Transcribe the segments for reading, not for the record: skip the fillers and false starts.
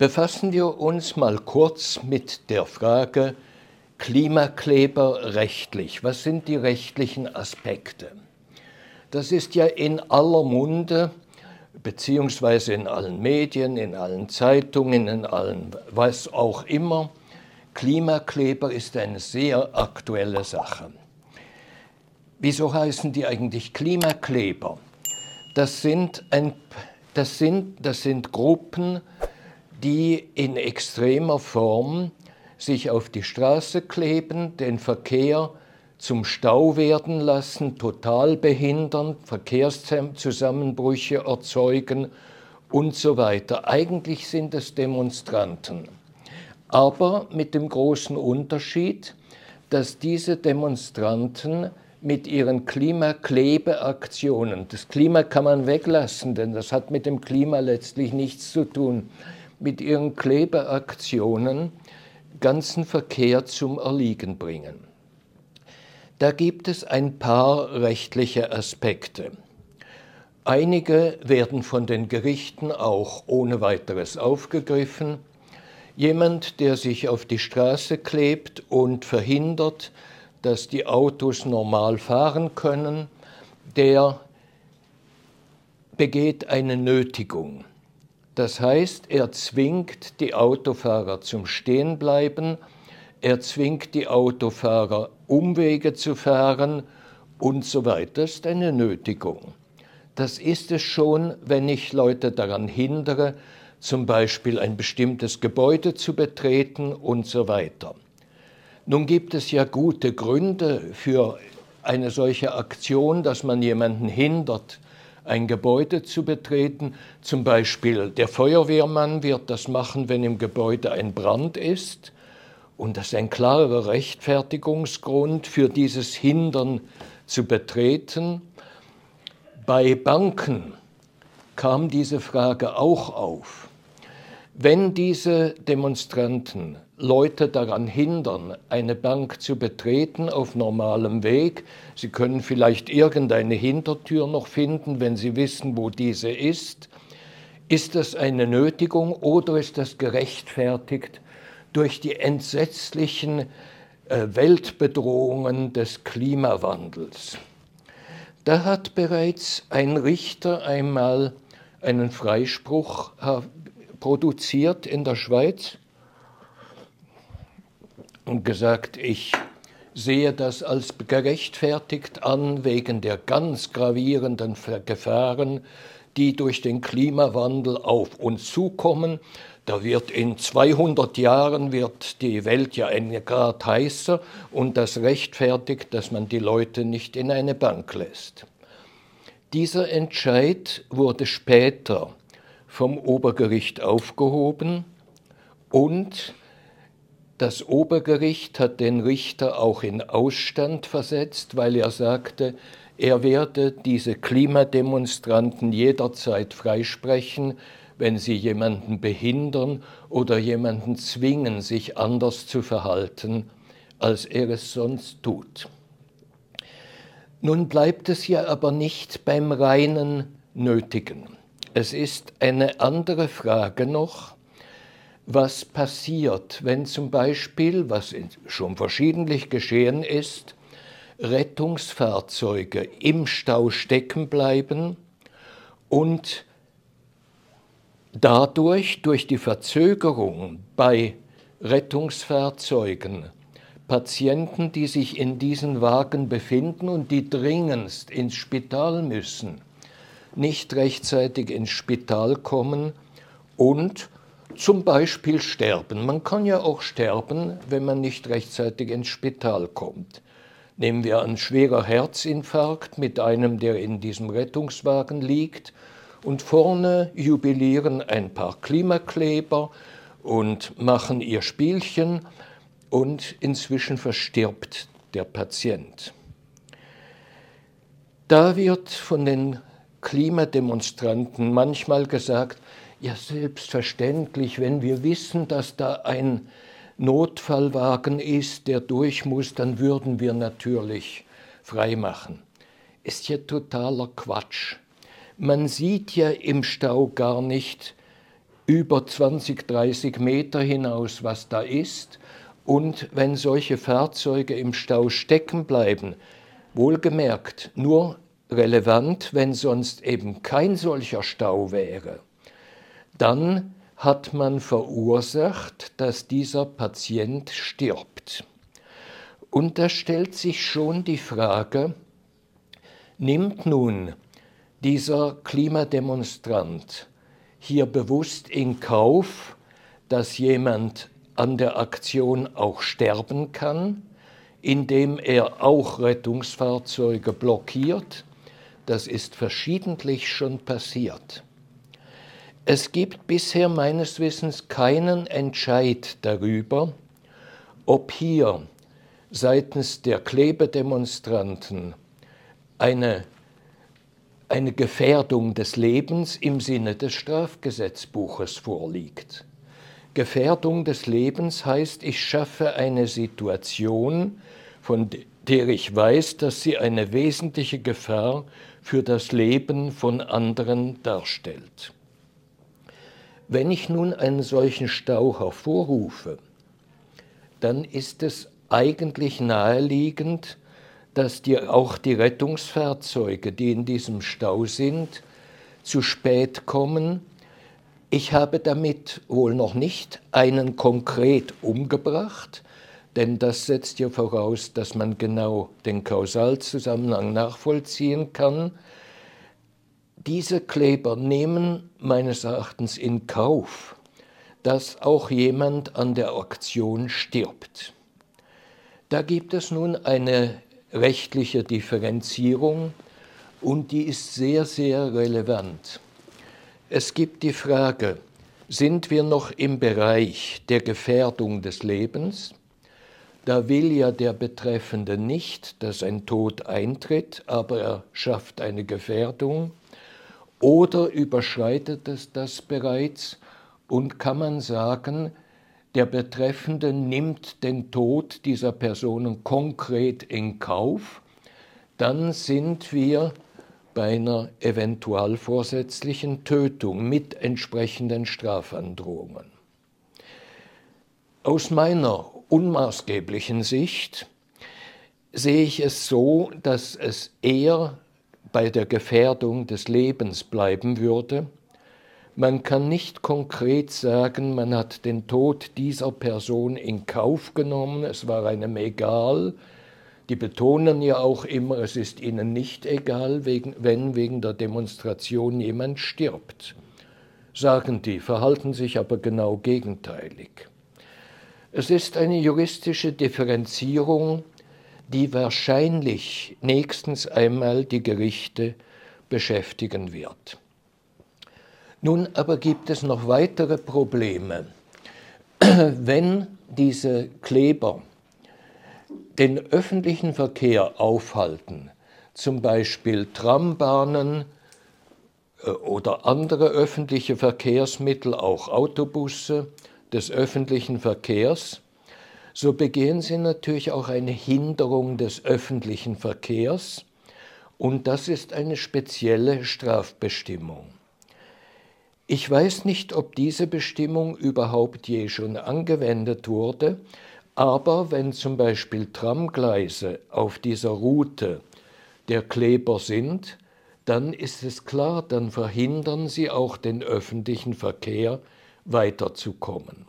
Befassen wir uns mal kurz mit der Frage Klimakleber rechtlich. Was sind die rechtlichen Aspekte? Das ist ja in aller Munde, beziehungsweise in allen Medien, in allen Zeitungen, in allen was auch immer. Klimakleber ist eine sehr aktuelle Sache. Wieso heißen die eigentlich Klimakleber? Das sind Gruppen, die in extremer Form sich auf die Straße kleben, den Verkehr zum Stau werden lassen, total behindern, Verkehrszusammenbrüche erzeugen und so weiter. Eigentlich sind es Demonstranten. Aber mit dem großen Unterschied, dass diese Demonstranten mit ihren Klimaklebeaktionen, das Klima kann man weglassen, denn das hat mit dem Klima letztlich nichts zu tun, mit ihren Klebeaktionen ganzen Verkehr zum Erliegen bringen. Da gibt es ein paar rechtliche Aspekte. Einige werden von den Gerichten auch ohne weiteres aufgegriffen. Jemand, der sich auf die Straße klebt und verhindert, dass die Autos normal fahren können, der begeht eine Nötigung. Das heißt, er zwingt die Autofahrer zum Stehenbleiben, er zwingt die Autofahrer, Umwege zu fahren und so weiter. Das ist eine Nötigung. Das ist es schon, wenn ich Leute daran hindere, zum Beispiel ein bestimmtes Gebäude zu betreten und so weiter. Nun gibt es ja gute Gründe für eine solche Aktion, dass man jemanden hindert, ein Gebäude zu betreten. Zum Beispiel der Feuerwehrmann wird das machen, wenn im Gebäude ein Brand ist. Und das ist ein klarer Rechtfertigungsgrund für dieses Hindern zu betreten. Bei Banken kam diese Frage auch auf. Wenn diese Demonstranten Leute daran hindern, eine Bank zu betreten auf normalem Weg, sie können vielleicht irgendeine Hintertür noch finden, wenn sie wissen, wo diese ist das eine Nötigung oder ist das gerechtfertigt durch die entsetzlichen Weltbedrohungen des Klimawandels? Da hat bereits ein Richter einmal einen Freispruch produziert in der Schweiz und gesagt, ich sehe das als gerechtfertigt an wegen der ganz gravierenden Gefahren, die durch den Klimawandel auf uns zukommen. Da wird in 200 Jahren wird die Welt ja 1 Grad heißer und das rechtfertigt, dass man die Leute nicht in eine Bank lässt. Dieser Entscheid wurde später vom Obergericht aufgehoben und das Obergericht hat den Richter auch in Ausstand versetzt, weil er sagte, er werde diese Klimademonstranten jederzeit freisprechen, wenn sie jemanden behindern oder jemanden zwingen, sich anders zu verhalten, als er es sonst tut. Nun bleibt es ja aber nicht beim reinen Nötigen. Es ist eine andere Frage noch, was passiert, wenn zum Beispiel, was schon verschiedentlich geschehen ist, Rettungsfahrzeuge im Stau stecken bleiben und dadurch, durch die Verzögerung bei Rettungsfahrzeugen, Patienten, die sich in diesen Wagen befinden und die dringendst ins Spital müssen, nicht rechtzeitig ins Spital kommen und zum Beispiel sterben. Man kann ja auch sterben, wenn man nicht rechtzeitig ins Spital kommt. Nehmen wir einen schwerer Herzinfarkt mit einem, der in diesem Rettungswagen liegt und vorne jubilieren ein paar Klimakleber und machen ihr Spielchen und inzwischen verstirbt der Patient. Da wird von den Klimademonstranten manchmal gesagt, ja selbstverständlich, wenn wir wissen, dass da ein Notfallwagen ist, der durch muss, dann würden wir natürlich freimachen. Ist ja totaler Quatsch. Man sieht ja im Stau gar nicht über 20, 30 Meter hinaus, was da ist. Und wenn solche Fahrzeuge im Stau stecken bleiben, wohlgemerkt nur relevant, wenn sonst eben kein solcher Stau wäre, dann hat man verursacht, dass dieser Patient stirbt. Und da stellt sich schon die Frage, nimmt nun dieser Klimademonstrant hier bewusst in Kauf, dass jemand an der Aktion auch sterben kann, indem er auch Rettungsfahrzeuge blockiert? Das ist verschiedentlich schon passiert. Es gibt bisher meines Wissens keinen Entscheid darüber, ob hier seitens der Klebedemonstranten eine Gefährdung des Lebens im Sinne des Strafgesetzbuches vorliegt. Gefährdung des Lebens heißt, ich schaffe eine Situation, von der ich weiß, dass sie eine wesentliche Gefahr für das Leben von anderen darstellt. Wenn ich nun einen solchen Stau hervorrufe, dann ist es eigentlich naheliegend, dass auch die Rettungsfahrzeuge, die in diesem Stau sind, zu spät kommen. Ich habe damit wohl noch nicht einen konkret umgebracht, denn das setzt ja voraus, dass man genau den Kausalzusammenhang nachvollziehen kann. Diese Kleber nehmen meines Erachtens in Kauf, dass auch jemand an der Aktion stirbt. Da gibt es nun eine rechtliche Differenzierung und die ist sehr, sehr relevant. Es gibt die Frage, sind wir noch im Bereich der Gefährdung des Lebens? Da will ja der Betreffende nicht, dass ein Tod eintritt, aber er schafft eine Gefährdung. Oder überschreitet es das bereits und kann man sagen, der Betreffende nimmt den Tod dieser Personen konkret in Kauf, dann sind wir bei einer eventualvorsätzlichen Tötung mit entsprechenden Strafandrohungen. Aus meiner unmaßgeblichen Sicht sehe ich es so, dass es eher bei der Gefährdung des Lebens bleiben würde. Man kann nicht konkret sagen, man hat den Tod dieser Person in Kauf genommen, es war einem egal. Die betonen ja auch immer, es ist ihnen nicht egal, wenn wegen der Demonstration jemand stirbt. Sagen die, verhalten sich aber genau gegenteilig. Es ist eine juristische Differenzierung, die wahrscheinlich nächstens einmal die Gerichte beschäftigen wird. Nun aber gibt es noch weitere Probleme. Wenn diese Kleber den öffentlichen Verkehr aufhalten, zum Beispiel Trambahnen oder andere öffentliche Verkehrsmittel, auch Autobusse des öffentlichen Verkehrs, so begehen sie natürlich auch eine Hinderung des öffentlichen Verkehrs und das ist eine spezielle Strafbestimmung. Ich weiß nicht, ob diese Bestimmung überhaupt je schon angewendet wurde, aber wenn zum Beispiel Tramgleise auf dieser Route der Kleber sind, dann ist es klar, dann verhindern sie auch den öffentlichen Verkehr weiterzukommen.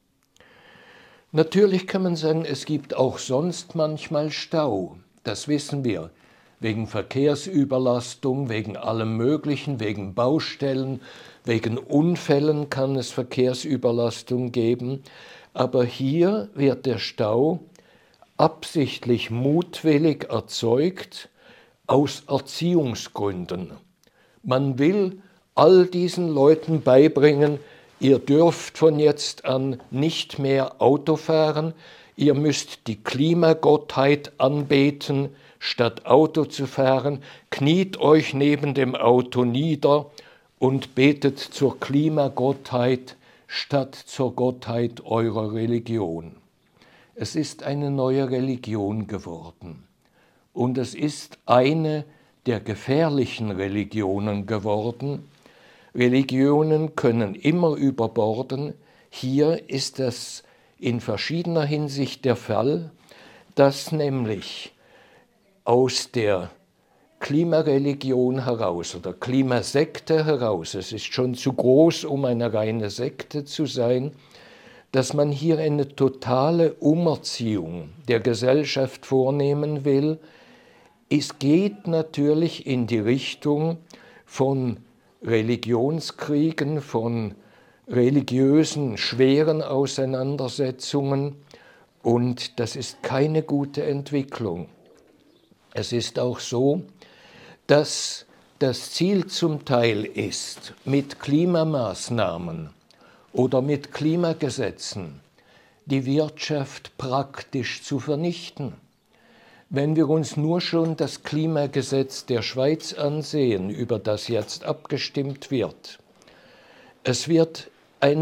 Natürlich kann man sagen, es gibt auch sonst manchmal Stau, das wissen wir, wegen Verkehrsüberlastung, wegen allem Möglichen, wegen Baustellen, wegen Unfällen kann es Verkehrsüberlastung geben, aber hier wird der Stau absichtlich mutwillig erzeugt aus Erziehungsgründen. Man will all diesen Leuten beibringen, ihr dürft von jetzt an nicht mehr Auto fahren, ihr müsst die Klimagottheit anbeten, statt Auto zu fahren, kniet euch neben dem Auto nieder und betet zur Klimagottheit statt zur Gottheit eurer Religion. Es ist eine neue Religion geworden und es ist eine der gefährlichen Religionen geworden, Religionen können immer überborden. Hier ist das in verschiedener Hinsicht der Fall, dass nämlich aus der Klimareligion heraus oder Klimasekte heraus, es ist schon zu groß, um eine reine Sekte zu sein, dass man hier eine totale Umerziehung der Gesellschaft vornehmen will. Es geht natürlich in die Richtung von Religionskriegen, von religiösen, schweren Auseinandersetzungen, und das ist keine gute Entwicklung. Es ist auch so, dass das Ziel zum Teil ist, mit Klimamaßnahmen oder mit Klimagesetzen die Wirtschaft praktisch zu vernichten. Wenn wir uns nur schon das Klimagesetz der Schweiz ansehen, über das jetzt abgestimmt wird, es wird ein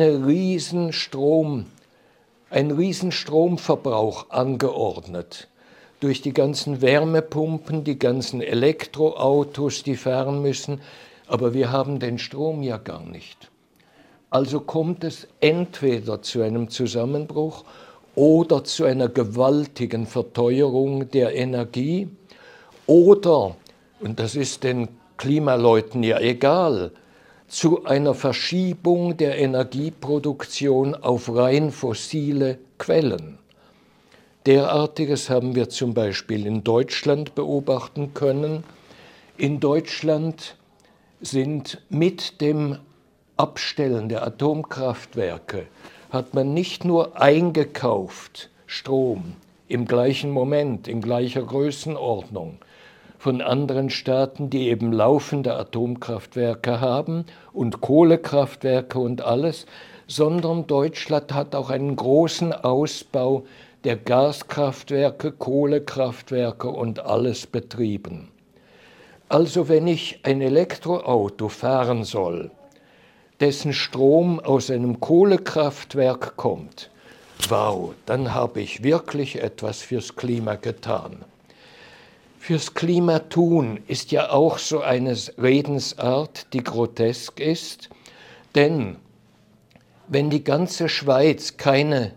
Riesenstromverbrauch angeordnet. Durch die ganzen Wärmepumpen, die ganzen Elektroautos, die fahren müssen, aber wir haben den Strom ja gar nicht. Also kommt es entweder zu einem Zusammenbruch oder zu einer gewaltigen Verteuerung der Energie oder, und das ist den Klimaleuten ja egal, zu einer Verschiebung der Energieproduktion auf rein fossile Quellen. Derartiges haben wir zum Beispiel in Deutschland beobachten können. In Deutschland sind mit dem Abstellen der Atomkraftwerke hat man nicht nur eingekauft Strom im gleichen Moment, in gleicher Größenordnung von anderen Staaten, die eben laufende Atomkraftwerke haben und Kohlekraftwerke und alles, sondern Deutschland hat auch einen großen Ausbau der Gaskraftwerke, Kohlekraftwerke und alles betrieben. Also wenn ich ein Elektroauto fahren soll, dessen Strom aus einem Kohlekraftwerk kommt, wow, dann habe ich wirklich etwas fürs Klima getan. Fürs Klima tun ist ja auch so eine Redensart, die grotesk ist, denn wenn die ganze Schweiz keine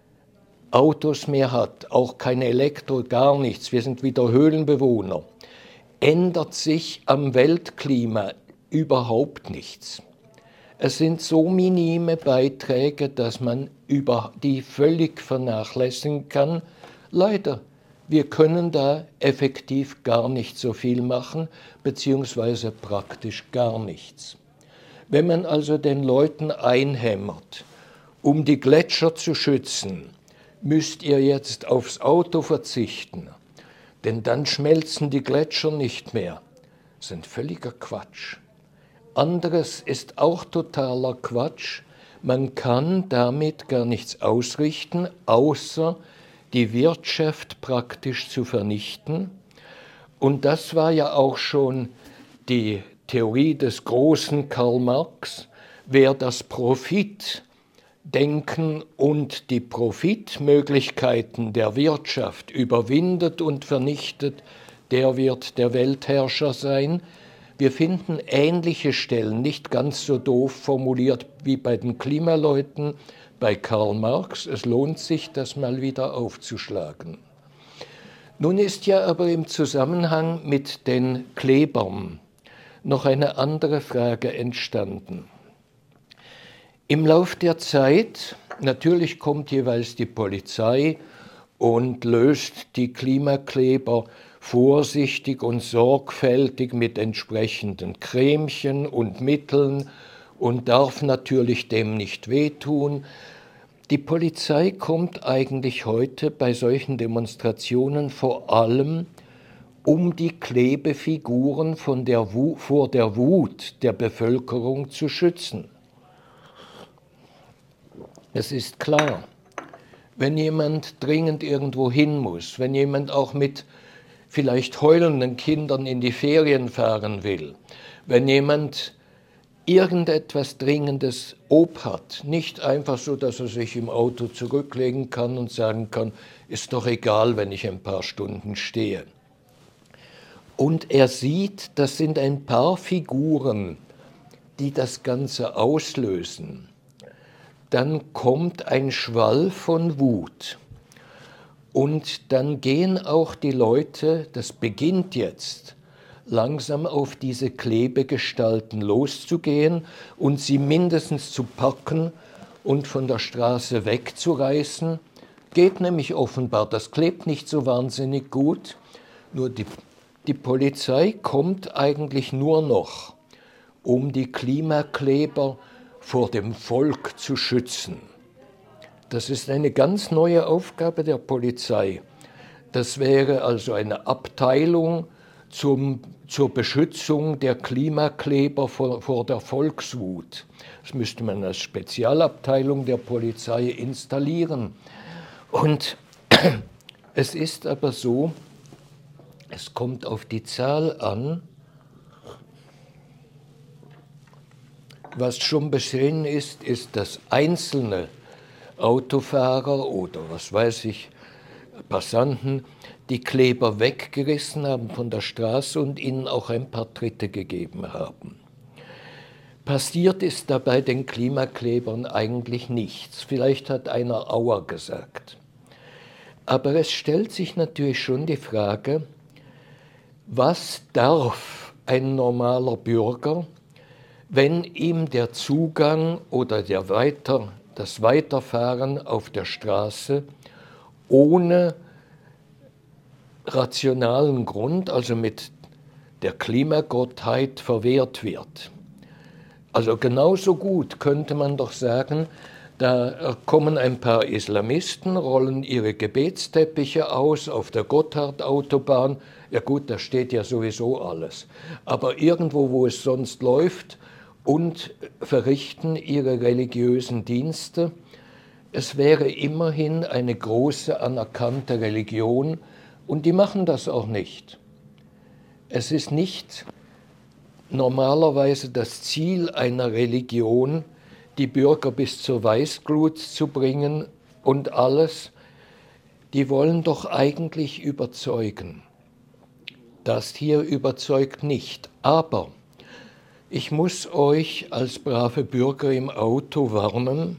Autos mehr hat, auch keine Elektro, gar nichts, wir sind wieder Höhlenbewohner, ändert sich am Weltklima überhaupt nichts. Es sind so minime Beiträge, dass man über die völlig vernachlässigen kann. Leider, wir können da effektiv gar nicht so viel machen, beziehungsweise praktisch gar nichts. Wenn man also den Leuten einhämmert, um die Gletscher zu schützen, müsst ihr jetzt aufs Auto verzichten, denn dann schmelzen die Gletscher nicht mehr. Das ist ein völliger Quatsch. Anderes ist auch totaler Quatsch. Man kann damit gar nichts ausrichten, außer die Wirtschaft praktisch zu vernichten. Und das war ja auch schon die Theorie des großen Karl Marx. Wer das Profitdenken und die Profitmöglichkeiten der Wirtschaft überwindet und vernichtet, der wird der Weltherrscher sein. Wir finden ähnliche Stellen, nicht ganz so doof formuliert wie bei den Klimaleuten, bei Karl Marx. Es lohnt sich, das mal wieder aufzuschlagen. Nun ist ja aber im Zusammenhang mit den Klebern noch eine andere Frage entstanden. Im Lauf der Zeit, natürlich kommt jeweils die Polizei und löst die Klimakleber vorsichtig und sorgfältig mit entsprechenden Cremchen und Mitteln und darf natürlich dem nicht wehtun. Die Polizei kommt eigentlich heute bei solchen Demonstrationen vor allem, um die Klebefiguren vor der Wut der Bevölkerung zu schützen. Es ist klar, wenn jemand dringend irgendwo hin muss, wenn jemand auch mit vielleicht heulenden Kindern in die Ferien fahren will, wenn jemand irgendetwas Dringendes hat, nicht einfach so, dass er sich im Auto zurücklegen kann und sagen kann, ist doch egal, wenn ich ein paar Stunden stehe. Und er sieht, das sind ein paar Figuren, die das Ganze auslösen, dann kommt ein Schwall von Wut. Und dann gehen auch die Leute, das beginnt jetzt, langsam auf diese Klebegestalten loszugehen und sie mindestens zu packen und von der Straße wegzureißen. Geht nämlich offenbar, das klebt nicht so wahnsinnig gut, nur die Polizei kommt eigentlich nur noch, um die Klimakleber vor dem Volk zu schützen. Das ist eine ganz neue Aufgabe der Polizei. Das wäre also eine Abteilung zur Beschützung der Klimakleber vor der Volkswut. Das müsste man als Spezialabteilung der Polizei installieren. Und es ist aber so, es kommt auf die Zahl an, was schon besehen ist, dass einzelne Autofahrer oder was weiß ich, Passanten, die Kleber weggerissen haben von der Straße und ihnen auch ein paar Tritte gegeben haben. Passiert ist dabei den Klimaklebern eigentlich nichts. Vielleicht hat einer Aua gesagt. Aber es stellt sich natürlich schon die Frage, was darf ein normaler Bürger, wenn ihm der Zugang oder das Weiterfahren auf der Straße ohne rationalen Grund, also mit der Klimagottheit, verwehrt wird. Also genauso gut könnte man doch sagen, da kommen ein paar Islamisten, rollen ihre Gebetsteppiche aus auf der Gotthard-Autobahn. Ja gut, da steht ja sowieso alles. Aber irgendwo, wo es sonst läuft, und verrichten ihre religiösen Dienste. Es wäre immerhin eine große anerkannte Religion und die machen das auch nicht. Es ist nicht normalerweise das Ziel einer Religion, die Bürger bis zur Weißglut zu bringen und alles. Die wollen doch eigentlich überzeugen. Das hier überzeugt nicht, aber ich muss euch als brave Bürger im Auto warnen,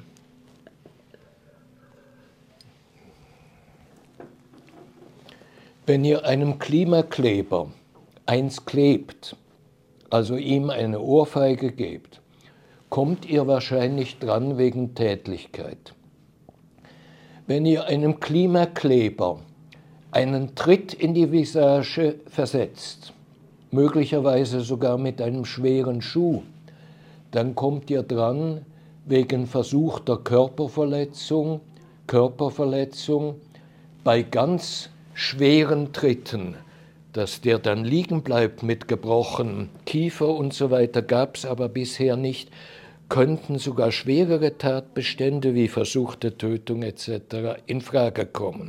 wenn ihr einem Klimakleber eins klebt, also ihm eine Ohrfeige gebt, kommt ihr wahrscheinlich dran wegen Tätlichkeit. Wenn ihr einem Klimakleber einen Tritt in die Visage versetzt, möglicherweise sogar mit einem schweren Schuh, dann kommt ihr dran wegen versuchter Körperverletzung, bei ganz schweren Tritten, dass der dann liegen bleibt mit gebrochenem Kiefer und so weiter, gab es aber bisher nicht, könnten sogar schwerere Tatbestände wie versuchte Tötung etc. in Frage kommen.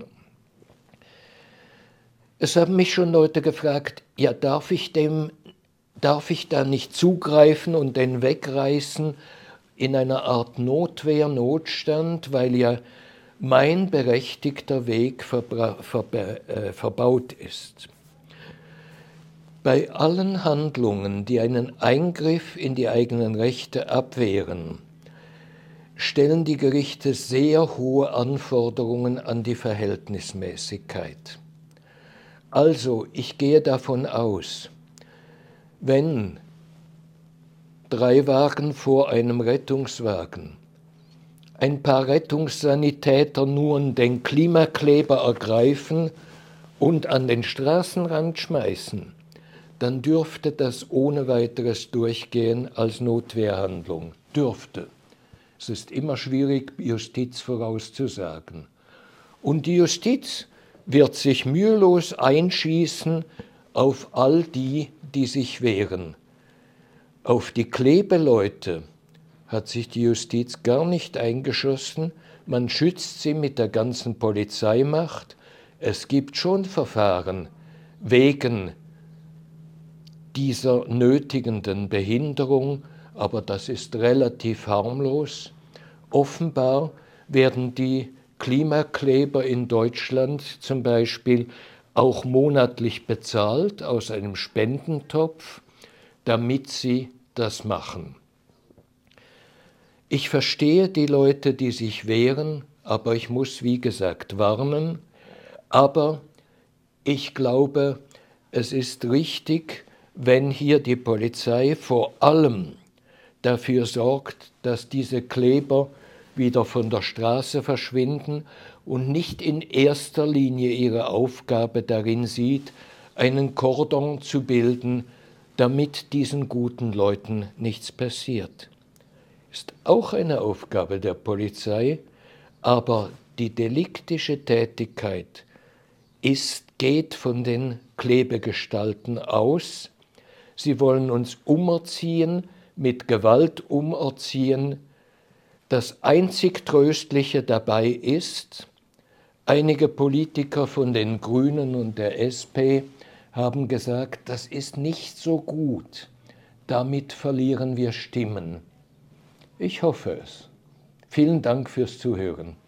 Es haben mich schon Leute gefragt, ja, darf ich da nicht zugreifen und den wegreißen in einer Art Notwehr, Notstand, weil ja mein berechtigter Weg verbaut ist. Bei allen Handlungen, die einen Eingriff in die eigenen Rechte abwehren, stellen die Gerichte sehr hohe Anforderungen an die Verhältnismäßigkeit. Also, ich gehe davon aus, wenn 3 Wagen vor einem Rettungswagen ein paar Rettungssanitäter nun den Klimakleber ergreifen und an den Straßenrand schmeißen, dann dürfte das ohne weiteres durchgehen als Notwehrhandlung. Dürfte. Es ist immer schwierig, Justiz vorauszusagen. Und die Justiz wird sich mühelos einschießen auf all die, die sich wehren. Auf die Klebeleute hat sich die Justiz gar nicht eingeschossen. Man schützt sie mit der ganzen Polizeimacht. Es gibt schon Verfahren wegen dieser nötigenden Behinderung, aber das ist relativ harmlos. Offenbar werden die Klimakleber in Deutschland zum Beispiel auch monatlich bezahlt aus einem Spendentopf, damit sie das machen. Ich verstehe die Leute, die sich wehren, aber ich muss, wie gesagt, warnen. Aber ich glaube, es ist richtig, wenn hier die Polizei vor allem dafür sorgt, dass diese Kleber wieder von der Straße verschwinden und nicht in erster Linie ihre Aufgabe darin sieht, einen Kordon zu bilden, damit diesen guten Leuten nichts passiert. Ist auch eine Aufgabe der Polizei, aber die deliktische Tätigkeit geht von den Klebegestalten aus. Sie wollen uns umerziehen, mit Gewalt umerziehen. Das einzig Tröstliche dabei ist, einige Politiker von den Grünen und der SP haben gesagt, das ist nicht so gut. Damit verlieren wir Stimmen. Ich hoffe es. Vielen Dank fürs Zuhören.